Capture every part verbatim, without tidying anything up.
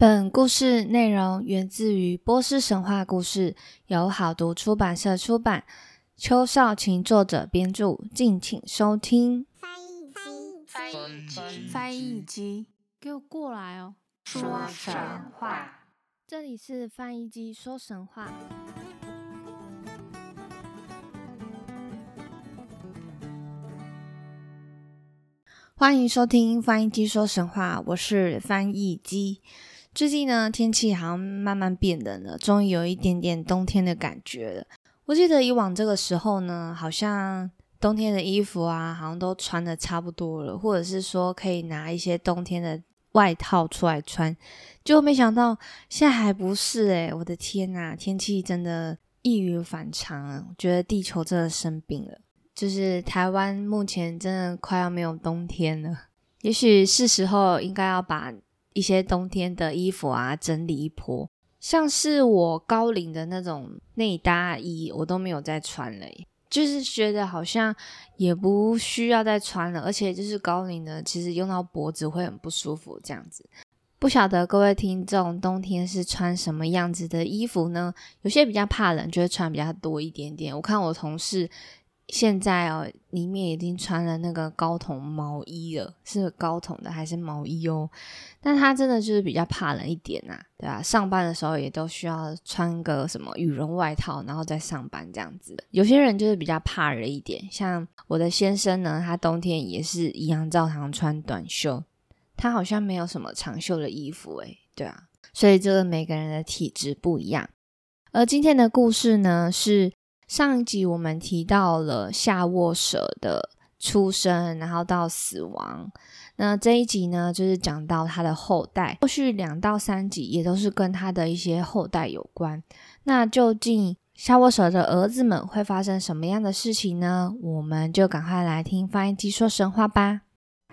本故事内容源自于波斯神话故事，由好读出版社出版，邱少晴作者编著，敬请收听。 翻译机，翻译机，给我过来哦！ 说神话，这里是翻译机说神话。欢迎收听翻译机说神话，我是翻译机。最近呢，天气好像慢慢变冷了，终于有一点点冬天的感觉了。我记得以往这个时候呢，好像冬天的衣服啊，好像都穿的差不多了，或者是说可以拿一些冬天的外套出来穿。结果没想到现在还不是诶，我的天啊，天气真的异于反常啊！我觉得地球真的生病了，就是台湾目前真的快要没有冬天了。也许是时候应该要把一些冬天的衣服啊整理一波，像是我高领的那种内搭衣我都没有再穿了耶，就是觉得好像也不需要再穿了，而且就是高领的其实用到脖子会很不舒服这样子。不晓得各位听众冬天是穿什么样子的衣服呢？有些比较怕冷就会穿比较多一点点，我看我同事现在哦，里面已经穿了那个高筒毛衣了，是高筒的还是毛衣哦？但他真的就是比较怕冷一点啊，对吧、啊？上班的时候也都需要穿个什么羽绒外套，然后再上班这样子。有些人就是比较怕热一点，像我的先生呢，他冬天也是一样照常穿短袖，他好像没有什么长袖的衣服诶，对啊，所以这个每个人的体质不一样。而今天的故事呢，是上一集我们提到了夏沃舍的出生，然后到死亡。那这一集呢，就是讲到他的后代，后续两到三集也都是跟他的一些后代有关。那究竟夏沃舍的儿子们会发生什么样的事情呢？我们就赶快来听翻译机说神话吧。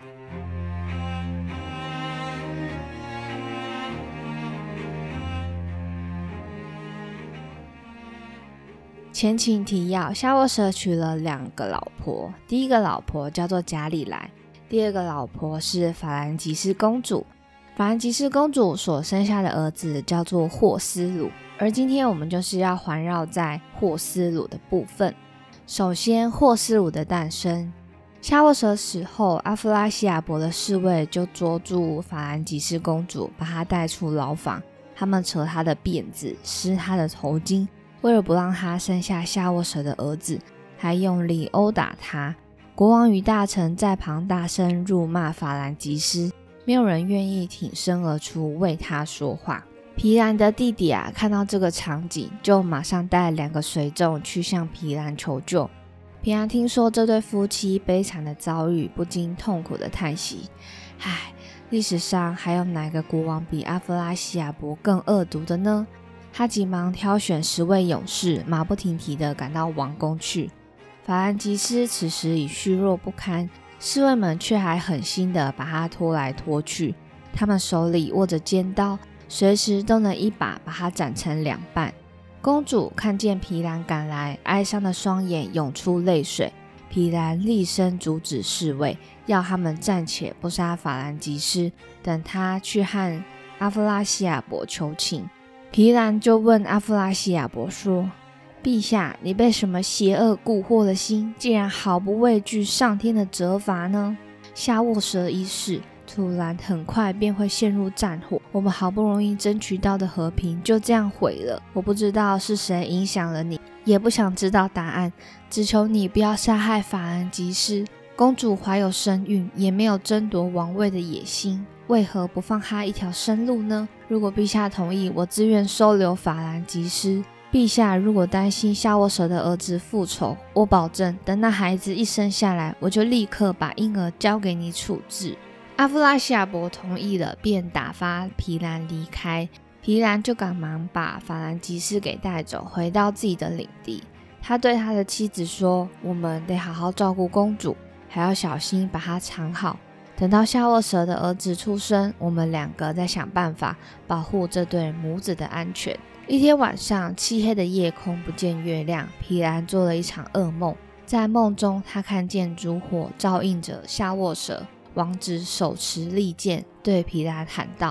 前情提要，夏沃舍娶了两个老婆，第一个老婆叫做贾里莱，第二个老婆是法兰吉斯公主。法兰吉斯公主所生下的儿子叫做霍斯鲁，而今天我们就是要环绕在霍斯鲁的部分。首先，霍斯鲁的诞生。夏沃舍死后，阿夫拉西亚伯的侍卫就捉住法兰吉斯公主，把她带出牢房。他们扯她的辫子，撕她的头巾，为了不让她生下夏沃舍的儿子，还用力殴打她。国王与大臣在旁大声辱骂法兰吉斯，没有人愿意挺身而出为他说话。皮兰的弟弟啊，看到这个场景，就马上带两个随从去向皮兰求救。皮兰听说这对夫妻悲惨的遭遇，不禁痛苦的叹息：唉，历史上还有哪个国王比阿夫拉西亚伯更恶毒的呢？他急忙挑选十位勇士，马不停蹄地赶到王宫去。法兰吉斯此时已虚弱不堪，侍卫们却还狠心地把他拖来拖去，他们手里握着尖刀，随时都能一把把他斩成两半。公主看见皮兰赶来，哀伤的双眼涌出泪水。皮兰厉声阻止侍卫，要他们暂且不杀法兰吉斯，等他去和阿夫拉西亚伯求情。皮兰就问阿夫拉西亚伯说：陛下，你被什么邪恶蛊惑了心，竟然毫不畏惧上天的责罚呢？夏沃舍一世突然很快便会陷入战火，我们好不容易争取到的和平就这样毁了。我不知道是谁影响了你，也不想知道答案，只求你不要杀害法兰吉斯。公主怀有身孕，也没有争夺王位的野心，为何不放她一条生路呢？如果陛下同意，我自愿收留法兰吉斯。陛下如果担心夏沃舍的儿子复仇，我保证等那孩子一生下来，我就立刻把婴儿交给你处置。阿夫拉西亚伯同意了，便打发皮兰离开。皮兰就赶忙把法兰吉斯给带走，回到自己的领地。他对他的妻子说：我们得好好照顾公主，还要小心把她藏好。等到夏沃舍的儿子出生，我们两个再想办法保护这对母子的安全。一天晚上，漆黑的夜空不见月亮，皮兰做了一场噩梦。在梦中，他看见烛火照映着夏沃舍，王子手持利剑对皮兰喊道：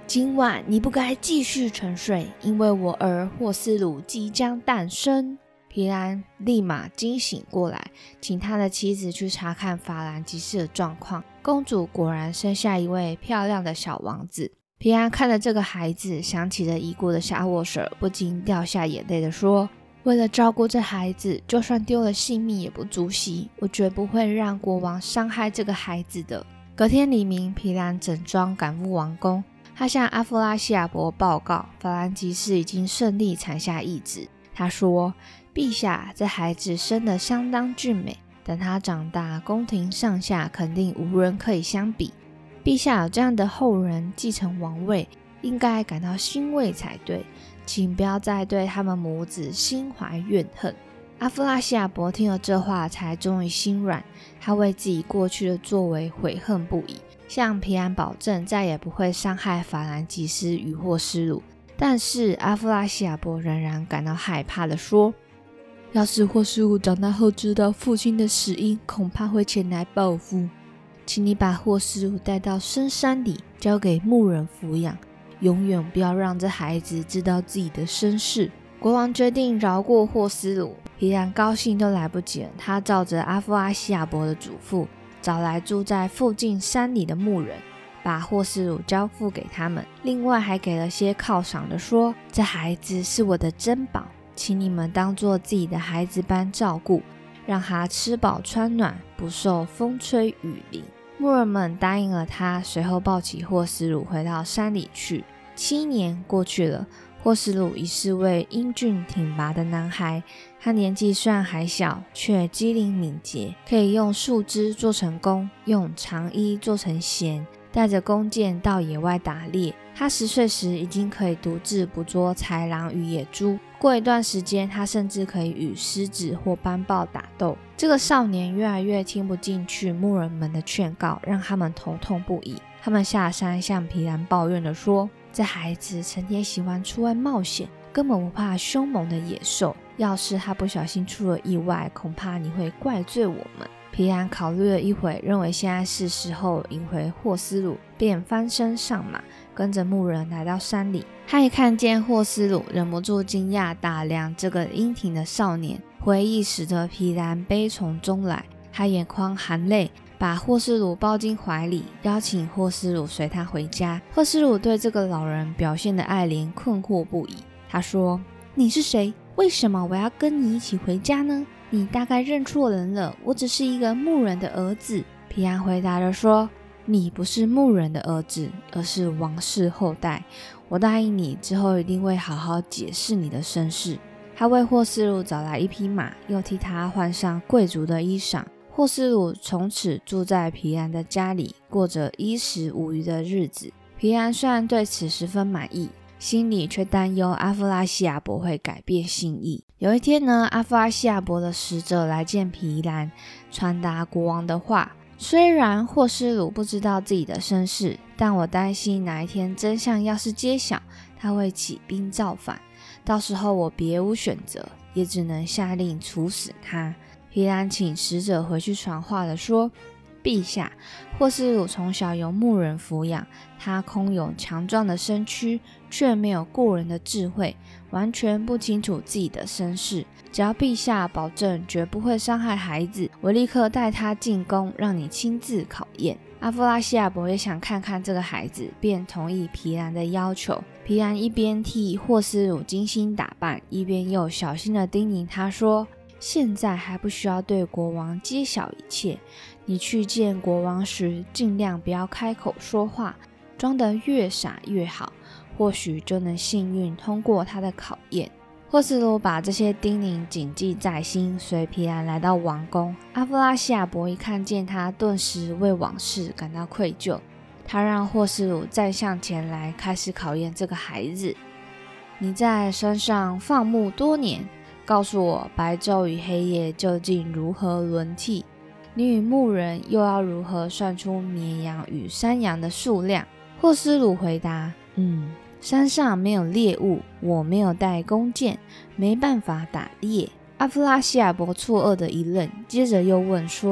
今晚你不该继续沉睡，因为我儿霍斯鲁即将诞生。皮兰立马惊醒过来，请他的妻子去查看法兰吉斯的状况。公主果然生下一位漂亮的小王子。皮兰看着这个孩子，想起了已故的夏沃舍尔，不禁掉下眼泪地说，为了照顾这孩子，就算丢了性命也不足惜，我绝不会让国王伤害这个孩子的。隔天黎明，皮兰整装赶赴王宫，他向阿夫拉西亚伯报告，法兰吉斯已经顺利产下一子。他说，陛下，这孩子生得相当俊美，等他长大，宫廷上下肯定无人可以相比。陛下有这样的后人继承王位，应该感到欣慰才对，请不要再对他们母子心怀怨恨。阿夫拉西亚伯听了这话，才终于心软，他为自己过去的作为悔恨不已，向皮兰保证再也不会伤害法兰吉斯与霍斯鲁。但是阿夫拉西亚伯仍然感到害怕地说，要是霍斯鲁长大后知道父亲的死因，恐怕会前来报复。请你把霍斯鲁带到深山里，交给牧人抚养，永远不要让这孩子知道自己的身世。国王决定饶过霍斯鲁，皮兰高兴都来不及了。他照着阿夫拉西亚伯的嘱咐，找来住在附近山里的牧人，把霍斯鲁交付给他们，另外还给了些犒赏的说，这孩子是我的珍宝，请你们当作自己的孩子般照顾，让他吃饱穿暖，不受风吹雨淋。牧人们答应了他，随后抱起霍斯鲁回到山里去。七年过去了，霍斯鲁已是位英俊挺拔的男孩。他年纪虽然还小，却机灵敏捷，可以用树枝做成弓，用长衣做成弦，带着弓箭到野外打猎。他十岁时已经可以独自捕捉豺狼与野猪，过一段时间他甚至可以与狮子或斑豹打斗。这个少年越来越听不进去牧人们的劝告，让他们头痛不已。他们下山向皮兰抱怨地说，这孩子成天喜欢出外冒险，根本不怕凶猛的野兽，要是他不小心出了意外，恐怕你会怪罪我们。皮兰考虑了一会，认为现在是时候迎回霍斯鲁，便翻身上马，跟着牧人来到山里。他一看见霍斯鲁，忍不住惊讶打量这个英挺的少年，回忆使得皮兰悲从中来。他眼眶含泪，把霍斯鲁抱进怀里，邀请霍斯鲁随他回家。霍斯鲁对这个老人表现的爱怜困惑不已。他说，你是谁？为什么我要跟你一起回家呢？你大概认错人了，我只是一个牧人的儿子。皮兰回答着说，你不是牧人的儿子，而是王室后代。我答应你，之后一定会好好解释你的身世。他为霍斯鲁找来一匹马，又替他换上贵族的衣裳。霍斯鲁从此住在皮兰的家里，过着衣食无虞的日子。皮兰虽然对此十分满意，心里却担忧阿夫拉西亚伯会改变心意。有一天呢，阿夫拉西亚伯的使者来见皮兰，传达国王的话。虽然霍斯鲁不知道自己的身世，但我担心哪一天真相要是揭晓，他会起兵造反，到时候我别无选择，也只能下令处死他。皮兰请使者回去传话的说，陛下，霍斯鲁从小由牧人抚养，他空有强壮的身躯，却没有过人的智慧，完全不清楚自己的身世。只要陛下保证绝不会伤害孩子，我立刻带他进宫，让你亲自考验。阿夫拉西亚伯也想看看这个孩子，便同意皮兰的要求。皮兰一边替霍斯鲁精心打扮，一边又小心地叮咛他说，现在还不需要对国王揭晓一切，你去见国王时尽量不要开口说话，装得越傻越好，或许就能幸运通过他的考验。霍斯鲁把这些叮咛谨记在心，随皮兰来到王宫。阿夫拉西亚伯一看见他，顿时为往事感到愧疚。他让霍斯鲁站向前来，开始考验这个孩子。你在山上放牧多年，告诉我白昼与黑夜究竟如何轮替？你与牧人又要如何算出绵羊与山羊的数量？霍斯鲁回答，嗯，山上没有猎物，我没有带弓箭，没办法打猎。阿夫拉西亚伯错愕的一愣，接着又问说，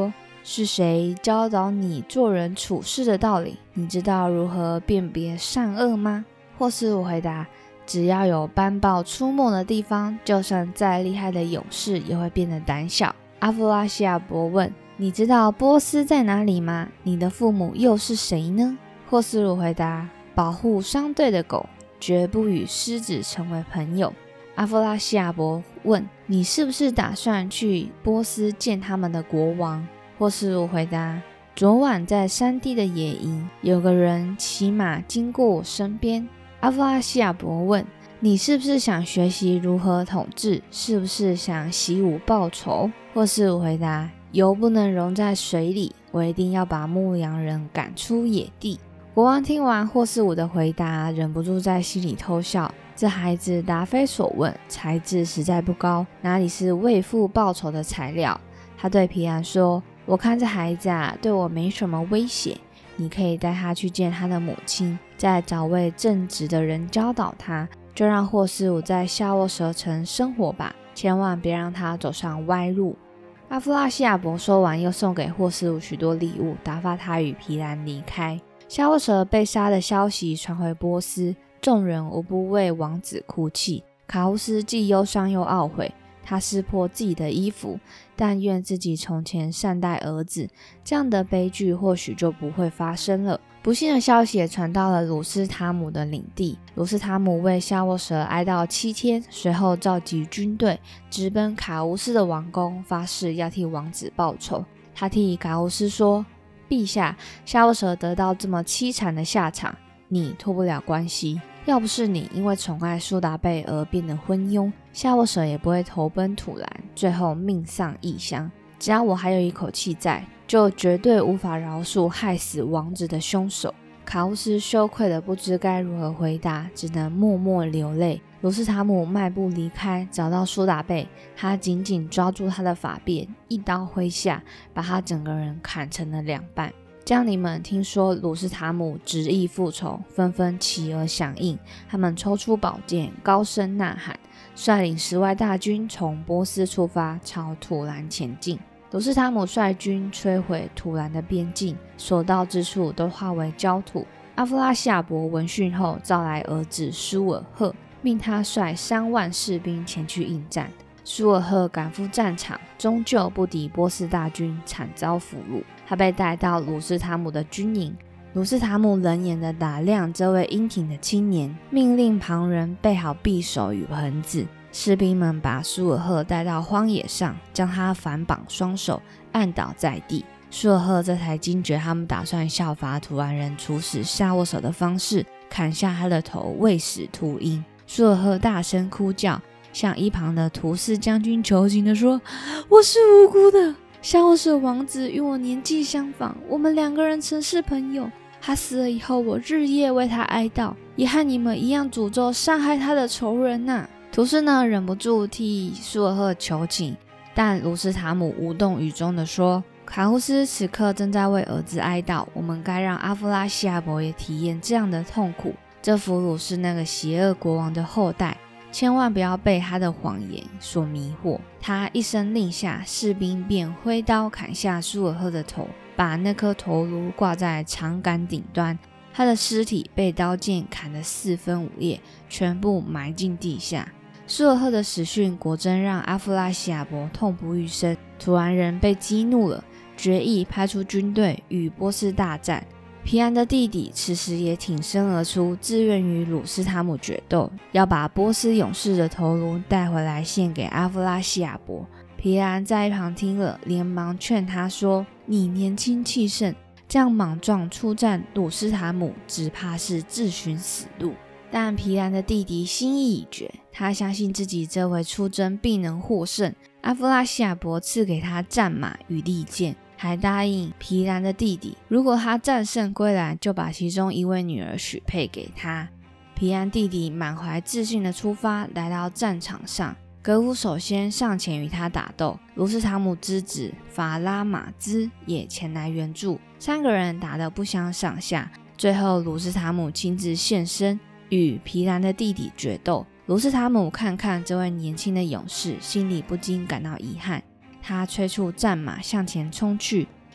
是谁教导你做人处事的道理？你知道如何辨别善恶吗？霍斯鲁回答，只要有斑豹出没的地方，就算再厉害的勇士也会变得胆小。阿弗拉西亚伯问，你知道波斯在哪里吗？你的父母又是谁呢？霍斯鲁回答，保护商队的狗，绝不与狮子成为朋友。阿弗拉西亚伯问，你是不是打算去波斯见他们的国王？霍斯鲁回答，昨晚在山地的野营，有个人骑马经过我身边。阿弗拉西亚伯问，你是不是想学习如何统治？是不是想习武报仇？霍斯鲁回答，油不能溶在水里，我一定要把牧羊人赶出野地。国王听完霍斯鲁的回答，忍不住在心里偷笑，这孩子答非所问，才智实在不高，哪里是为父报仇的材料。他对皮兰说，我看这孩子啊，对我没什么威胁，你可以带他去见他的母亲，再找位正直的人教导他，就让霍斯鲁在夏沃舍城生活吧，千万别让他走上歪路。阿弗拉西亚伯说完，又送给霍斯鲁许多礼物，打发他与皮兰离开。夏沃舍被杀的消息传回波斯，众人无不为王子哭泣。卡乌斯既忧伤又懊悔，他撕破自己的衣服，但愿自己从前善待儿子，这样的悲剧或许就不会发生了。不幸的消息也传到了鲁斯塔姆的领地，鲁斯塔姆为夏沃舍哀悼七天，随后召集军队直奔卡乌斯的王宫，发誓要替王子报仇。他替卡乌斯说，陛下，夏沃舍得到这么凄惨的下场，你脱不了关系。要不是你因为宠爱苏达贝而变得昏庸，夏沃舍也不会投奔土兰，最后命丧异乡。只要我还有一口气在，就绝对无法饶恕害死王子的凶手。卡乌斯羞愧的不知该如何回答，只能默默流泪。鲁斯塔姆迈步离开，找到苏达贝，他紧紧抓住他的发辫，一刀挥下，把他整个人砍成了两半。将领们听说鲁斯塔姆执意复仇，纷纷起而响应，他们抽出宝剑，高声呐喊，率领十万大军从波斯出发，朝土兰前进。鲁斯塔姆率军摧毁土兰的边境，所到之处都化为焦土。阿弗拉西亚伯闻讯后，召来儿子舒尔赫，命他率三万士兵前去应战。舒尔赫赶赴战场，终究不敌波斯大军，惨遭俘虏。他被带到鲁斯塔姆的军营，鲁斯塔姆冷眼地打量这位英挺的青年，命令旁人备好匕首与盆子。士兵们把舒尔赫带到荒野上，将他反绑双手，按倒在地。舒尔赫这才惊觉他们打算效法土兰人处死夏沃舍的方式，砍下他的头，喂食秃鹰。舒尔赫大声哭叫，向一旁的图斯将军求情地说，我是无辜的，夏沃舍王子与我年纪相仿，我们两个人曾是朋友，他死了以后，我日夜为他哀悼，也和你们一样诅咒伤害他的仇人呐、啊。图斯呢忍不住替舒尔赫求情，但鲁斯塔姆无动于衷地说，卡乌斯此刻正在为儿子哀悼，我们该让阿弗拉西亚伯也体验这样的痛苦。这俘虏是那个邪恶国王的后代，千万不要被他的谎言所迷惑。他一声令下，士兵便挥刀砍下舒尔赫的头，把那颗头颅挂在长杆顶端。他的尸体被刀剑砍得四分五裂，全部埋进地下。舒尔赫的死讯果真让阿弗拉西亚伯痛不欲生，土兰人被激怒了，决意派出军队与波斯大战。皮兰的弟弟此时也挺身而出，自愿与鲁斯塔姆决斗，要把波斯勇士的头颅带回来献给阿弗拉西亚伯。皮兰在一旁听了，连忙劝他说，你年轻气盛，这样莽撞出战鲁斯塔姆，只怕是自寻死路。但皮兰的弟弟心意已决，他相信自己这回出征必能获胜。阿弗拉西亚伯赐给他战马与利剑，还答应皮兰的弟弟，如果他战胜归来，就把其中一位女儿许配给他。皮兰弟弟满怀自信的出发，来到战场上。格乌首先上前与他打斗，鲁斯塔姆之子法拉马兹也前来援助，三个人打得不相上下。最后鲁斯塔姆亲自现身，与皮兰的弟弟决斗。鲁斯塔姆看看这位年轻的勇士，心里不禁感到遗憾。他催促战马向前冲去，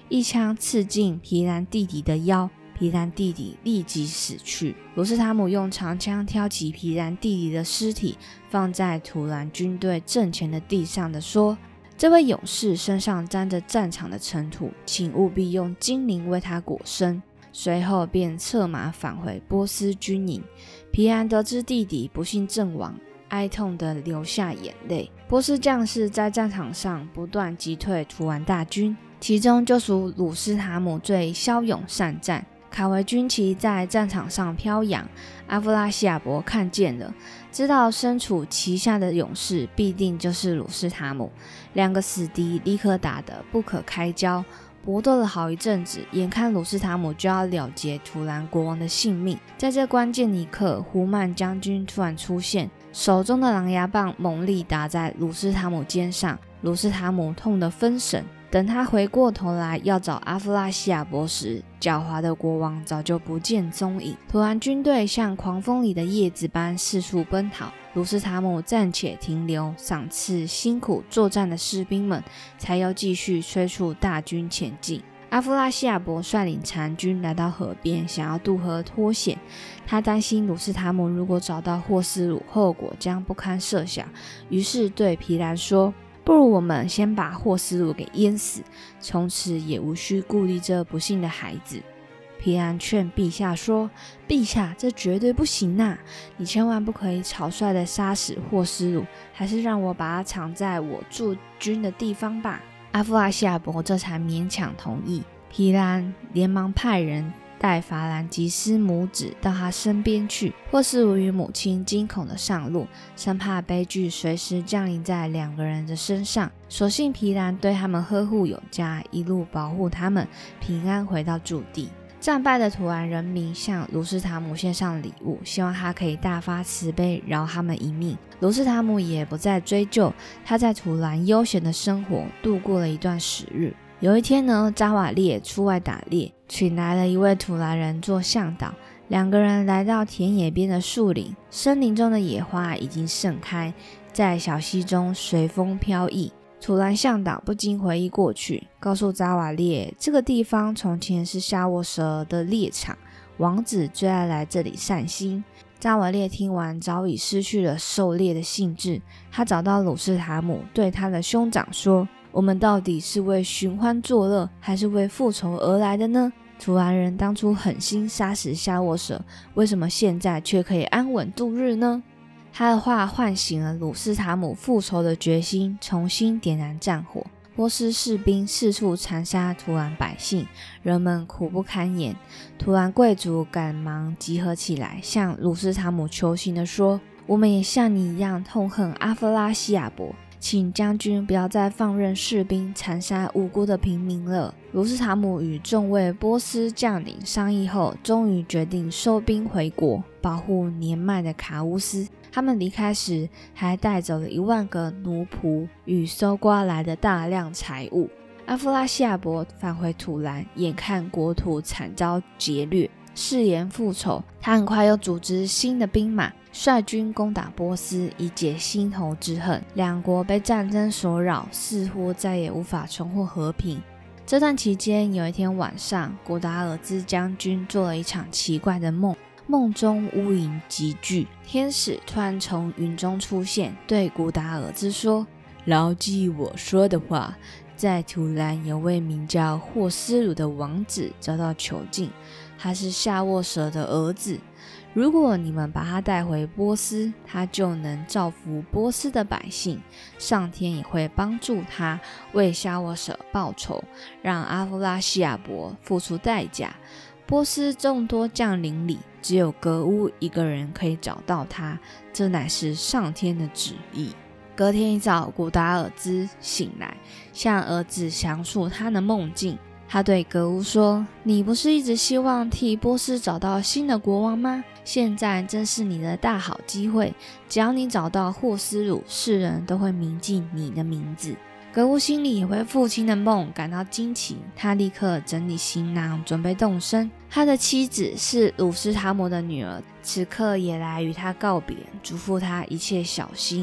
一枪刺进皮兰弟弟的腰，皮兰弟弟立即死去。鲁斯塔姆用长枪挑起皮兰弟弟的尸体，放在图兰军队阵前的地上的说，这位勇士身上沾着战场的尘土，请务必用精灵为他裹身。随后便策马返回波斯军营。皮兰得知弟弟不幸阵亡，哀痛地流下眼泪。波斯将士在战场上不断击退图兰大军，其中就属鲁斯塔姆最骁勇善战。卡维军旗在战场上飘扬，阿夫拉西亚伯看见了，知道身处旗下的勇士必定就是鲁斯塔姆，两个死敌立刻打得不可开交，搏斗了好一阵子，眼看鲁斯塔姆就要了结图兰国王的性命。在这关键一刻，胡曼将军突然出现，手中的狼牙棒猛力打在鲁斯塔姆肩上，鲁斯塔姆痛得分神。等他回过头来要找阿夫拉西亚伯时，狡猾的国王早就不见踪影。图兰军队像狂风里的叶子般四处奔逃，鲁斯塔姆暂且停留，赏赐辛苦作战的士兵们，才又继续催促大军前进。阿夫拉西亚伯率领残军来到河边，想要渡河脱险。他担心鲁斯塔姆如果找到霍斯鲁，后果将不堪设想，于是对皮兰说，不如我们先把霍斯鲁给淹死，从此也无需顾虑这不幸的孩子。皮兰劝陛下说，陛下，这绝对不行啊，你千万不可以草率地杀死霍斯鲁，还是让我把他藏在我驻军的地方吧。阿夫拉西亚伯这才勉强同意。皮兰连忙派人带法兰吉斯母子到他身边去。霍斯鲁与母亲惊恐地上路，生怕悲剧随时降临在两个人的身上。所幸皮兰对他们呵护有加，一路保护他们平安回到驻地。战败的图兰人民向鲁斯塔姆献上礼物，希望他可以大发慈悲，饶他们一命。鲁斯塔姆也不再追究，他在图兰悠闲的生活，度过了一段时日。有一天呢，扎瓦列出外打猎，请来了一位图兰人做向导。两个人来到田野边的树林，森林中的野花已经盛开，在小溪中随风飘逸。图兰向导不禁回忆过去，告诉扎瓦列，这个地方从前是夏沃舍的猎场，王子最爱来这里散心。扎瓦列听完早已失去了狩猎的兴致，他找到鲁斯塔姆，对他的兄长说，我们到底是为寻欢作乐，还是为复仇而来的呢？图兰人当初狠心杀死夏沃舍，为什么现在却可以安稳度日呢？他的话唤醒了鲁斯塔姆复仇的决心，重新点燃战火。波斯士兵四处残杀图兰百姓，人们苦不堪言。图兰贵族赶忙集合起来，向鲁斯塔姆求情地说，我们也像你一样痛恨阿夫拉西亚伯，请将军不要再放任士兵残杀无辜的平民了。鲁斯塔姆与众位波斯将领商议后，终于决定收兵回国，保护年迈的卡乌斯。他们离开时还带走了一万个奴仆与搜刮来的大量财物。阿夫拉西亚伯返回图兰，眼看国土惨遭劫掠，誓言复仇。他很快又组织新的兵马，率军攻打波斯，以解心头之恨。两国被战争所扰，似乎再也无法重获和平。这段期间，有一天晚上，古达尔兹将军做了一场奇怪的梦。梦中乌云集聚，天使突然从云中出现，对古达尔兹说，牢记我说的话，在图兰有位名叫霍斯鲁的王子遭到囚禁，他是夏沃舍的儿子。如果你们把他带回波斯，他就能造福波斯的百姓，上天也会帮助他为夏沃舍报仇，让阿夫拉西亚伯付出代价。波斯众多将领里，只有格乌一个人可以找到他，这乃是上天的旨意。隔天一早，古达尔兹醒来，向儿子详述他的梦境。他对格乌说，你不是一直希望替波斯找到新的国王吗？现在正是你的大好机会，只要你找到霍斯鲁，世人都会铭记你的名字。格乌心里也为父亲的梦感到惊奇，他立刻整理行囊，准备动身。他的妻子是鲁斯塔姆的女儿，此刻也来与他告别，嘱咐他一切小心。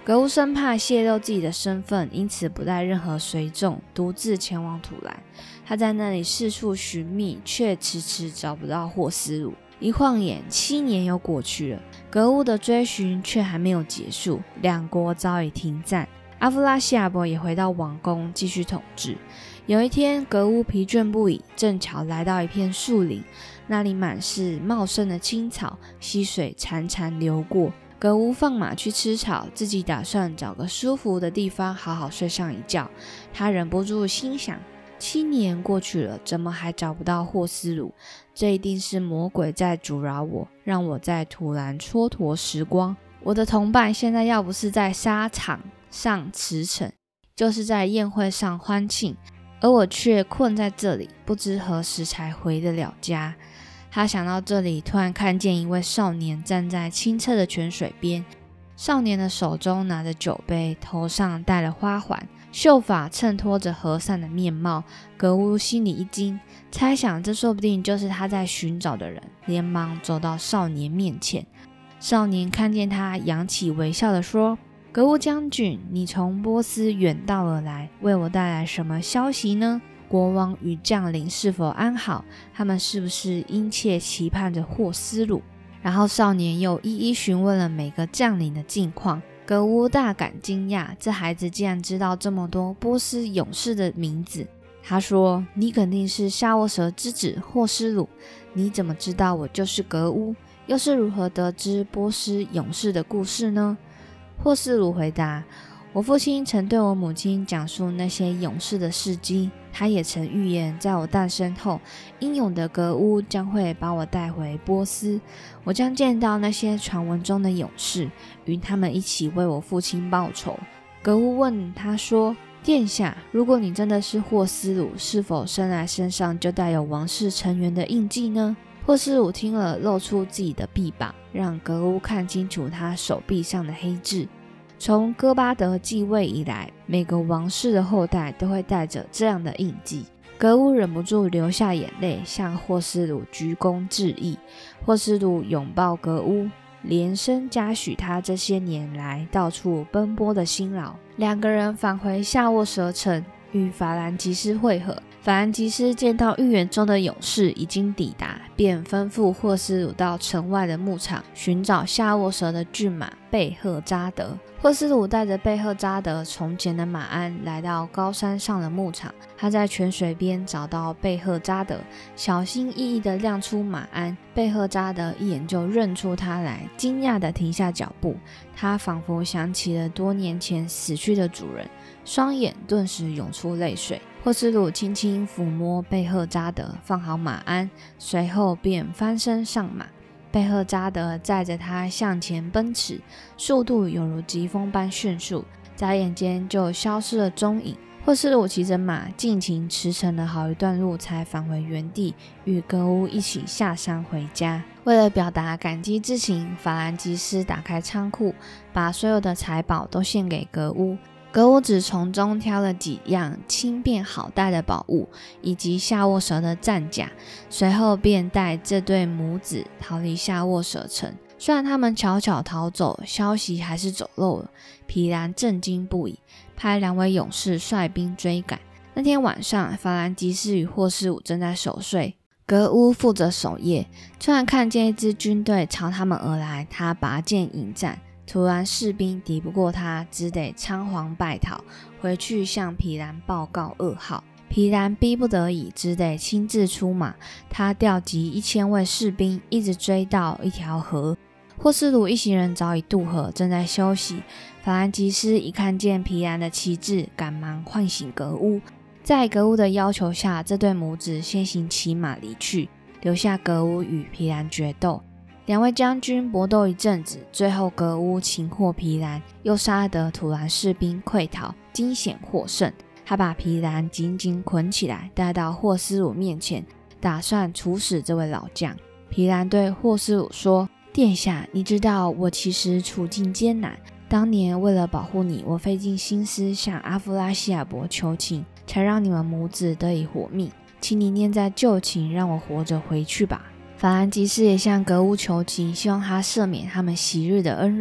格乌生怕泄露自己的身份，因此不带任何随众，独自前往土兰。他在那里四处寻觅，却迟迟找不到霍斯鲁。一晃眼，七年又过去了，格乌的追寻却还没有结束，两国早已停战。阿夫拉西亚伯也回到王宫继续统治。有一天，格乌疲倦不已，正巧来到一片树林，那里满是茂盛的青草，溪水潺潺流过。格乌放马去吃草，自己打算找个舒服的地方好好睡上一觉。他忍不住心想，七年过去了，怎么还找不到霍斯鲁？这一定是魔鬼在阻挠我，让我在土兰蹉跎时光。我的同伴现在要不是在沙场上驰骋，就是在宴会上欢庆，而我却困在这里，不知何时才回得了家。他想到这里，突然看见一位少年站在清澈的泉水边。少年的手中拿着酒杯，头上戴了花环，秀发衬托着和善的面貌。格乌心里一惊，猜想这说不定就是他在寻找的人，连忙走到少年面前。少年看见他，扬起微笑地说：格乌将军，你从波斯远道而来，为我带来什么消息呢？国王与将领是否安好？他们是不是殷切期盼着霍斯鲁？然后少年又一一询问了每个将领的近况。格乌大感惊讶，这孩子竟然知道这么多波斯勇士的名字。他说：你肯定是夏沃舍之子霍斯鲁，你怎么知道我就是格乌？又是如何得知波斯勇士的故事呢？霍斯鲁回答：我父亲曾对我母亲讲述那些勇士的事迹，他也曾预言，在我诞生后，英勇的格乌将会把我带回波斯，我将见到那些传闻中的勇士，与他们一起为我父亲报仇。格乌问他说：殿下，如果你真的是霍斯鲁，是否生来身上就带有王室成员的印记呢？霍斯鲁听了，露出自己的臂膀，让格乌看清楚他手臂上的黑痣。从哥巴德继位以来，每个王室的后代都会带着这样的印记。格乌忍不住流下眼泪，向霍斯鲁鞠躬致意。霍斯鲁拥抱格乌，连声嘉许他这些年来到处奔波的辛劳。两个人返回夏沃舍城，与法兰吉斯会合。法兰吉斯见到预言中的勇士已经抵达，便吩咐霍斯鲁到城外的牧场寻找夏沃舍的骏马贝赫扎德。霍斯鲁带着贝赫扎德从前的马鞍来到高山上的牧场，他在泉水边找到贝赫扎德，小心翼翼地亮出马鞍。贝赫扎德一眼就认出他来，惊讶地停下脚步。他仿佛想起了多年前死去的主人，双眼顿时涌出泪水。霍斯鲁轻轻抚摸贝赫扎德，放好马鞍，随后便翻身上马。贝赫扎德载着他向前奔驰，速度犹如疾风般迅速，眨眼间就消失了踪影。霍斯鲁骑着马尽情驰骋了好一段路，才返回原地，与格乌一起下山回家。为了表达感激之情，法兰吉斯打开仓库，把所有的财宝都献给格乌。格乌只从中挑了几样轻便好带的宝物，以及夏沃舍的战甲，随后便带这对母子逃离夏沃舍城。虽然他们悄悄逃走，消息还是走漏了。皮兰震惊不已，派两位勇士率兵追赶。那天晚上，法兰吉斯与霍斯鲁正在守岁，格乌负责守夜。突然看见一支军队朝他们而来，他拔剑迎战。突然士兵敌不过他，只得仓皇败逃，回去向皮兰报告噩耗。皮兰逼不得已，只得亲自出马。他调集一千位士兵，一直追到一条河。霍斯鲁一行人早已渡河，正在休息。法兰吉斯一看见皮兰的旗帜，赶忙唤醒格乌。在格乌的要求下，这对母子先行骑马离去，留下格乌与皮兰决斗。两位将军搏斗一阵子，最后格乌擒获皮兰，又杀得土兰士兵溃逃，惊险获胜。他把皮兰紧紧捆起来，带到霍斯鲁面前，打算处死这位老将。皮兰对霍斯鲁说：殿下，你知道我其实处境艰难，当年为了保护你，我费尽心思向阿夫拉西亚伯求情，才让你们母子得以活命，请你念在旧情，让我活着回去吧。法兰吉斯也向格乌求情，希望他赦免他们昔日的恩人。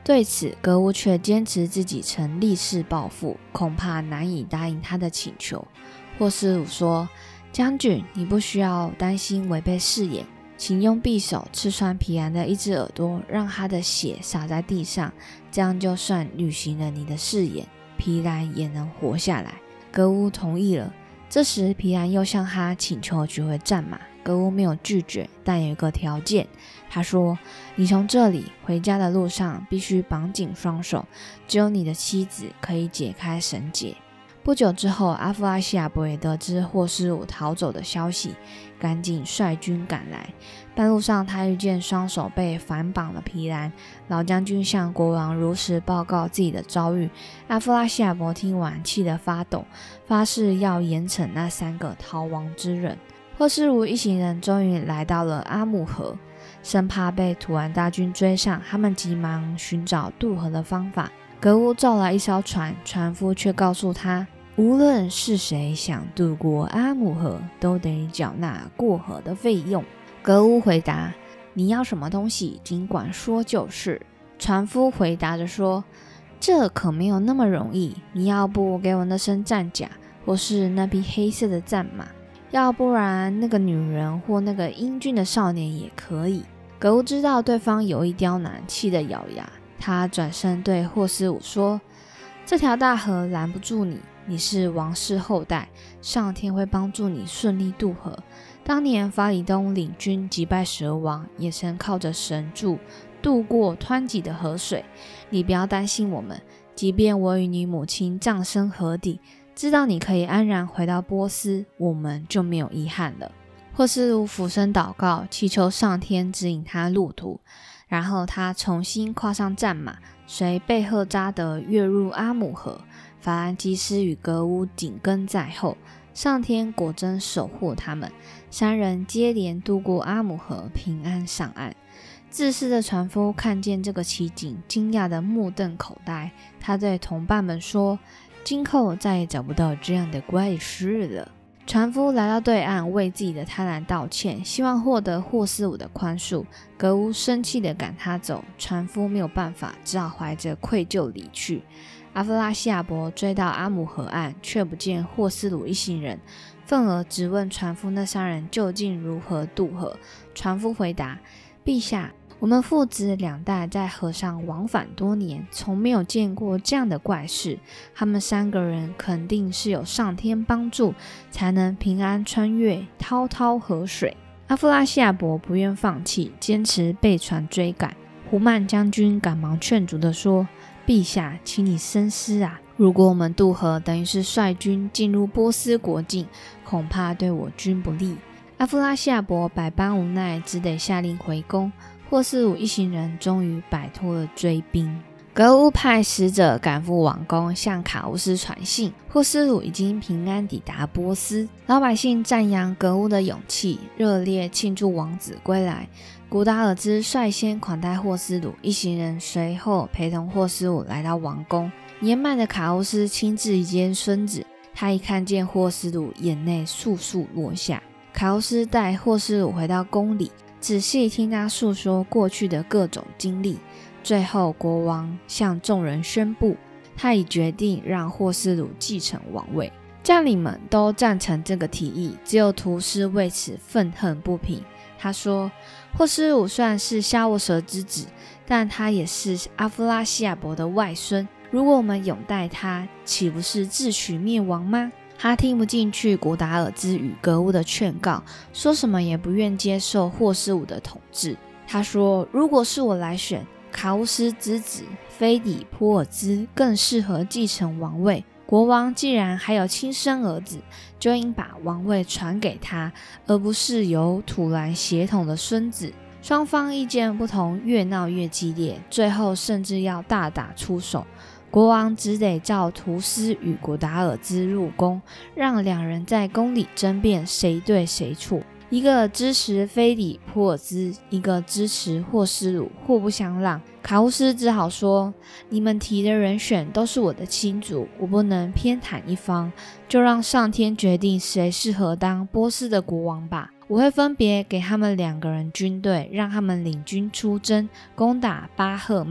对此，格乌却坚持自己曾立誓报复，恐怕难以答应他的请求。霍斯鲁说：“将军，你不需要担心违背誓言，请用匕首刺穿皮兰的一只耳朵，让他的血洒在地上，这样就算履行了你的誓言，皮兰也能活下来。”格乌同意了。这时，皮兰又向他请求取回战马，格乌没有拒绝，但有一个条件。他说：“你从这里回家的路上必须绑紧双手，只有你的妻子可以解开绳结。”不久之后，阿夫拉西亚伯也得知霍斯鲁逃走的消息，赶紧率军赶来。半路上，他遇见双手被反绑的皮兰，老将军向国王如实报告自己的遭遇。阿夫拉西亚伯听完，气得发抖，发誓要严惩那三个逃亡之人。霍斯鲁一行人终于来到了阿姆河，生怕被土兰大军追上，他们急忙寻找渡河的方法。格乌造了一艘船，船夫却告诉他，无论是谁想渡过阿姆河，都得缴纳过河的费用。格乌回答：“你要什么东西，尽管说就是。”船夫回答着说：“这可没有那么容易，你要不给我那身战甲，或是那匹黑色的战马，要不然那个女人或那个英俊的少年也可以。”格乌知道对方有意刁难，气得咬牙。他转身对霍斯鲁说：“这条大河拦不住你，你是王室后代，上天会帮助你顺利渡河。当年法里东领军击败蛇王，也曾靠着神助渡过湍急的河水。你不要担心我们，即便我与你母亲葬身河底，知道你可以安然回到波斯，我们就没有遗憾了。”霍斯鲁俯身祷告，祈求上天指引他路途。然后他重新跨上战马，随贝赫扎德跃入阿姆河。法兰基斯与格乌紧跟在后，上天果真守护他们，三人接连渡过阿姆河，平安上岸。自私的船夫看见这个奇景，惊讶得目瞪口呆。他对同伴们说：“今后再也找不到这样的怪事了。”船夫来到对岸，为自己的贪婪道歉，希望获得霍斯鲁的宽恕。格乌生气地赶他走，船夫没有办法，只好怀着愧疚离去。阿夫拉西亚伯追到阿姆河岸，却不见霍斯鲁一行人，愤而质问船夫那三人究竟如何渡河。船夫回答：“陛下，我们父子两代在河上往返多年，从没有见过这样的怪事。他们三个人肯定是有上天帮助，才能平安穿越滔滔河水。”阿夫拉西亚伯不愿放弃，坚持被船追赶。胡曼将军赶忙劝阻地说：“陛下，请你深思啊！如果我们渡河，等于是率军进入波斯国境，恐怕对我军不利。”阿夫拉西亚伯百般无奈，只得下令回宫。霍斯鲁一行人终于摆脱了追兵。格乌派使者赶赴王宫，向卡乌斯传信，霍斯鲁已经平安抵达波斯。老百姓赞扬格乌的勇气，热烈庆祝王子归来。古达尔兹率先款待霍斯鲁，一行人随后陪同霍斯鲁来到王宫。年迈的卡乌斯亲自一接孙子，他一看见霍斯鲁，眼泪簌簌落下。卡乌斯带霍斯鲁回到宫里，仔细听他述说过去的各种经历。最后，国王向众人宣布，他已决定让霍斯鲁继承王位。将领们都赞成这个提议，只有图斯为此愤恨不平。他说：“霍斯鲁虽然是夏沃舍之子，但他也是阿夫拉西亚伯的外孙。如果我们拥戴他，岂不是自取灭亡吗？”他听不进去古达尔兹与格乌的劝告，说什么也不愿接受霍斯鲁的统治。他说：“如果是我来选，卡乌斯之子菲底波尔兹更适合继承王位。国王既然还有亲生儿子，就应把王位传给他，而不是由土兰血统的孙子。”双方意见不同，越闹越激烈，最后甚至要大打出手。国王只得召图斯与古达尔兹入宫，让两人在宫里争辩谁对谁错。一个支持菲底波尔兹，一个支持霍斯鲁，互不相让。卡乌斯只好说：“你们提的人选都是我的亲族，我不能偏袒一方，就让上天决定谁适合当波斯的国王吧。我会分别给他们两个人军队，让他们领军出征，攻打巴赫曼。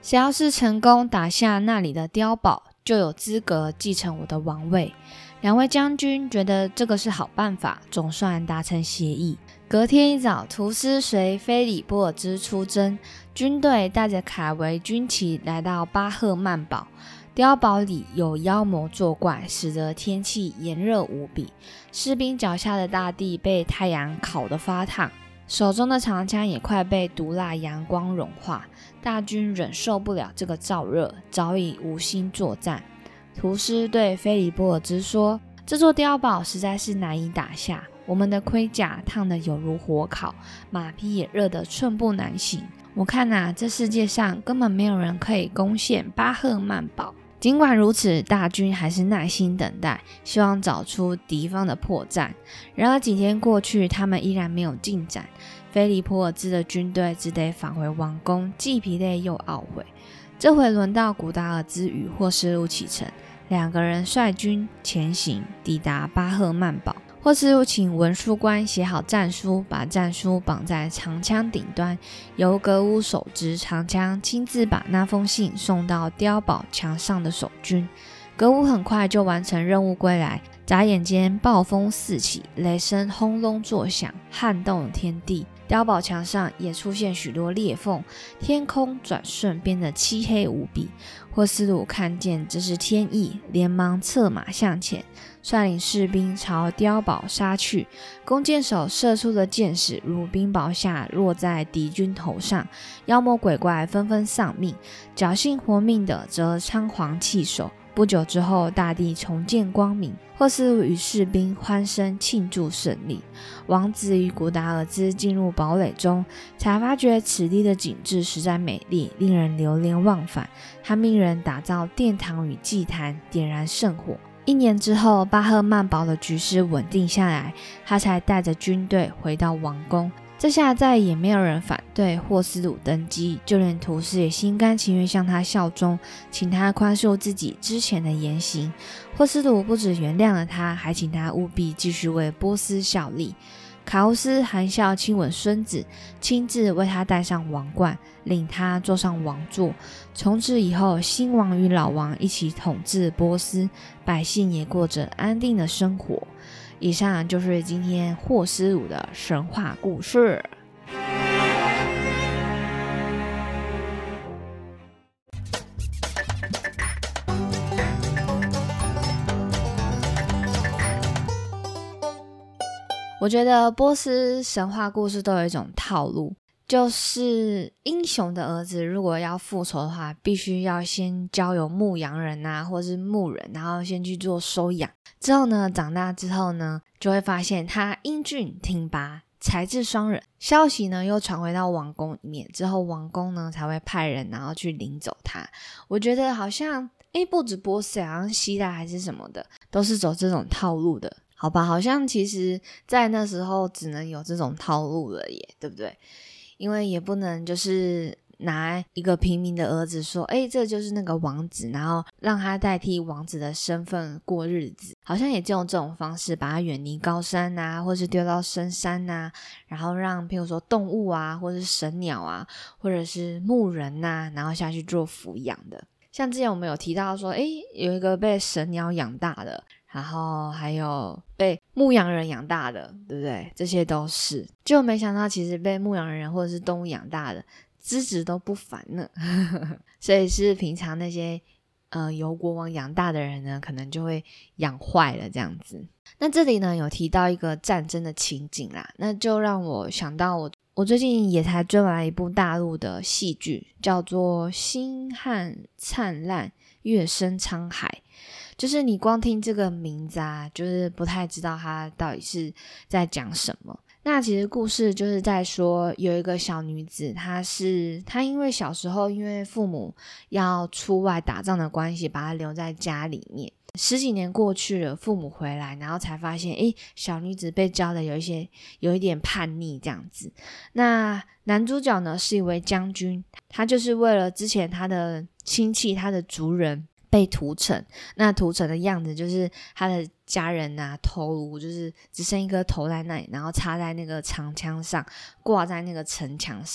谁要是成功打下那里的碉堡，就有资格继承我的王位。两位将军觉得这个是好办法，总算达成协议。隔天一早，图斯随菲里波尔兹出征，军队带着凯维军旗来到巴赫曼堡。碉堡里有妖魔作怪，使得天气炎热无比。士兵脚下的大地被太阳烤得发烫，手中的长枪也快被毒辣阳光融化。大军忍受不了这个燥热，早已无心作战。图斯对菲里波尔兹说：“这座碉堡实在是难以打下，我们的盔甲烫得有如火烤，马匹也热得寸步难行。我看啊，这世界上根本没有人可以攻陷巴赫曼堡。”尽管如此，大军还是耐心等待，希望找出敌方的破绽。然而几天过去，他们依然没有进展。菲利波尔兹的军队只得返回王宫，既疲累又懊悔。这回轮到古达尔兹与霍斯路启程，两个人率军前行，抵达巴赫曼堡。霍斯路请文书官写好战书，把战书绑在长枪顶端，由格乌手执长枪亲自把那封信送到碉堡墙上的守军。格乌很快就完成任务归来，眨眼间暴风四起，雷声轰隆作响，撼动了天地。碉堡墙上也出现许多裂缝，天空转瞬变得漆黑无比。霍斯鲁看见这是天意，连忙策马向前，率领士兵朝碉堡杀去。弓箭手射出的箭矢如冰雹下落在敌军头上，妖魔鬼怪纷纷丧命，侥幸活命的则仓皇弃守。不久之后，大地重见光明，霍斯鲁与士兵欢声庆祝胜利。王子与古达尔兹进入堡垒中，才发觉此地的景致实在美丽，令人流连忘返。他命人打造殿堂与祭坛，点燃圣火。一年之后，巴赫曼堡的局势稳定下来，他才带着军队回到王宫。这下再也没有人反对霍斯鲁登基，就连图斯也心甘情愿向他效忠，请他宽恕自己之前的言行。霍斯鲁不止原谅了他，还请他务必继续为波斯效力。卡乌斯含笑亲吻孙子，亲自为他戴上王冠，领他坐上王座。从此以后，新王与老王一起统治波斯，百姓也过着安定的生活。以上就是今天霍斯鲁的神话故事。我觉得波斯神话故事都有一种套路，就是英雄的儿子如果要复仇的话，必须要先交由牧羊人啊，或是牧人，然后先去做收养。之后呢，长大之后呢，就会发现他英俊挺拔，才智双人。消息呢又传回到王宫里面，之后王宫呢才会派人然后去领走他。我觉得好像诶不止波斯，好像希腊还是什么的，都是走这种套路的。好吧，好像其实在那时候只能有这种套路了耶，对不对？因为也不能就是拿一个平民的儿子说，诶这就是那个王子，然后让他代替王子的身份过日子，好像也就用这种方式把他远离高山啊，或是丢到深山啊，然后让譬如说动物啊，或是神鸟啊，或者是牧人啊，然后下去做抚养的。像之前我们有提到说，诶有一个被神鸟养大的，然后还有被牧羊人养大的，对不对？这些都是，就没想到其实被牧羊人或者是动物养大的资质都不凡呢。所以是平常那些呃由国王养大的人呢，可能就会养坏了这样子。那这里呢有提到一个战争的情景啦，那就让我想到我我最近也才追完了一部大陆的戏剧，叫做《星汉灿烂月升沧海》。就是你光听这个名字啊，就是不太知道它到底是在讲什么。那其实故事就是在说，有一个小女子，她是她因为小时候因为父母要出外打仗的关系，把她留在家里面。十几年过去了，父母回来，然后才发现，诶，小女子被教的有一些有一点叛逆这样子。那男主角呢是一位将军，他就是为了之前他的亲戚，他的族人被屠城，那屠城的样子就是他的家人啊，头颅就是只剩一颗头在那里，然后插在那个长枪上，挂在那个城墙上。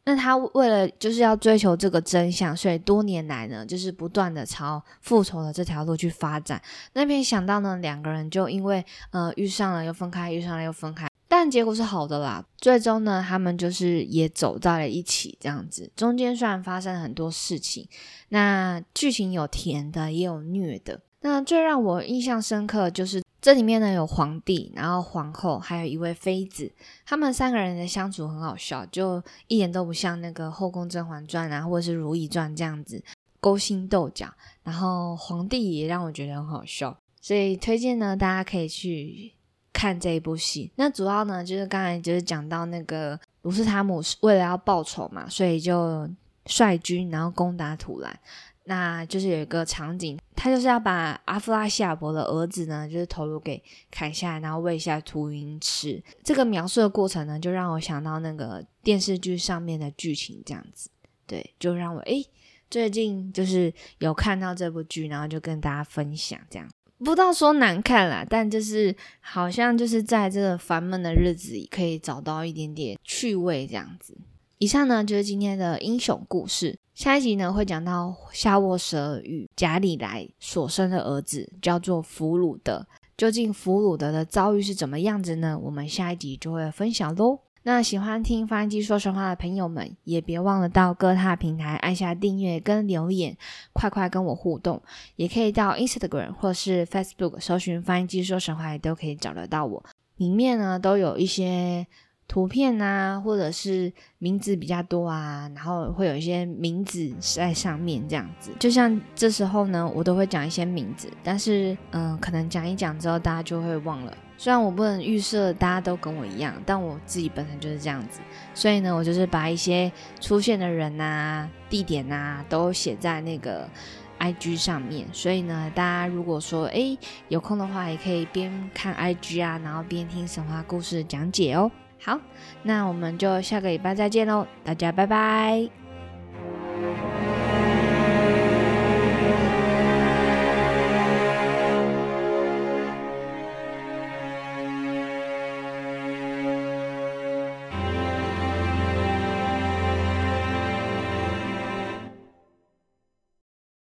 那他为了就是要追求这个真相，所以多年来呢就是不断的朝复仇的这条路去发展。那边想到呢两个人就因为呃遇上了又分开，遇上了又分开，但结果是好的啦，最终呢他们就是也走到了一起这样子。中间虽然发生了很多事情，那剧情有甜的也有虐的。那最让我印象深刻就是这里面呢有皇帝，然后皇后，还有一位妃子，他们三个人的相处很好笑，就一点都不像那个后宫甄嬛传啊或者是如懿传这样子勾心斗角，然后皇帝也让我觉得很好笑，所以推荐呢大家可以去看这一部戏。那主要呢就是刚才就是讲到那个鲁斯塔姆为了要报仇嘛，所以就率军然后攻打土兰。那就是有一个场景，他就是要把阿夫拉西亚伯的儿子呢就是头颅给砍下来，然后喂下秃鹰吃。这个描述的过程呢就让我想到那个电视剧上面的剧情这样子，对，就让我诶最近就是有看到这部剧，然后就跟大家分享这样。不知道说难看啦，但就是好像就是在这个烦闷的日子里可以找到一点点趣味这样子。以上呢就是今天的英雄故事，下一集呢会讲到夏沃舍与贾里莱所生的儿子叫做弗鲁德，究竟弗鲁德的遭遇是怎么样子呢？我们下一集就会分享咯。那喜欢听发音机说神话的朋友们，也别忘了到各大平台按下订阅跟留言，快快跟我互动。也可以到 Instagram 或是 Facebook 搜寻发音机说神话，都可以找得到我。里面呢都有一些图片啊，或者是名字比较多啊，然后会有一些名字在上面这样子。就像这时候呢我都会讲一些名字，但是嗯、呃，可能讲一讲之后大家就会忘了。虽然我不能预设大家都跟我一样，但我自己本身就是这样子，所以呢我就是把一些出现的人啊地点啊都写在那个 I G 上面。所以呢大家如果说诶有空的话，也可以边看 I G 啊，然后边听神话故事讲解哦。好，那我们就下个礼拜再见咯，大家拜拜。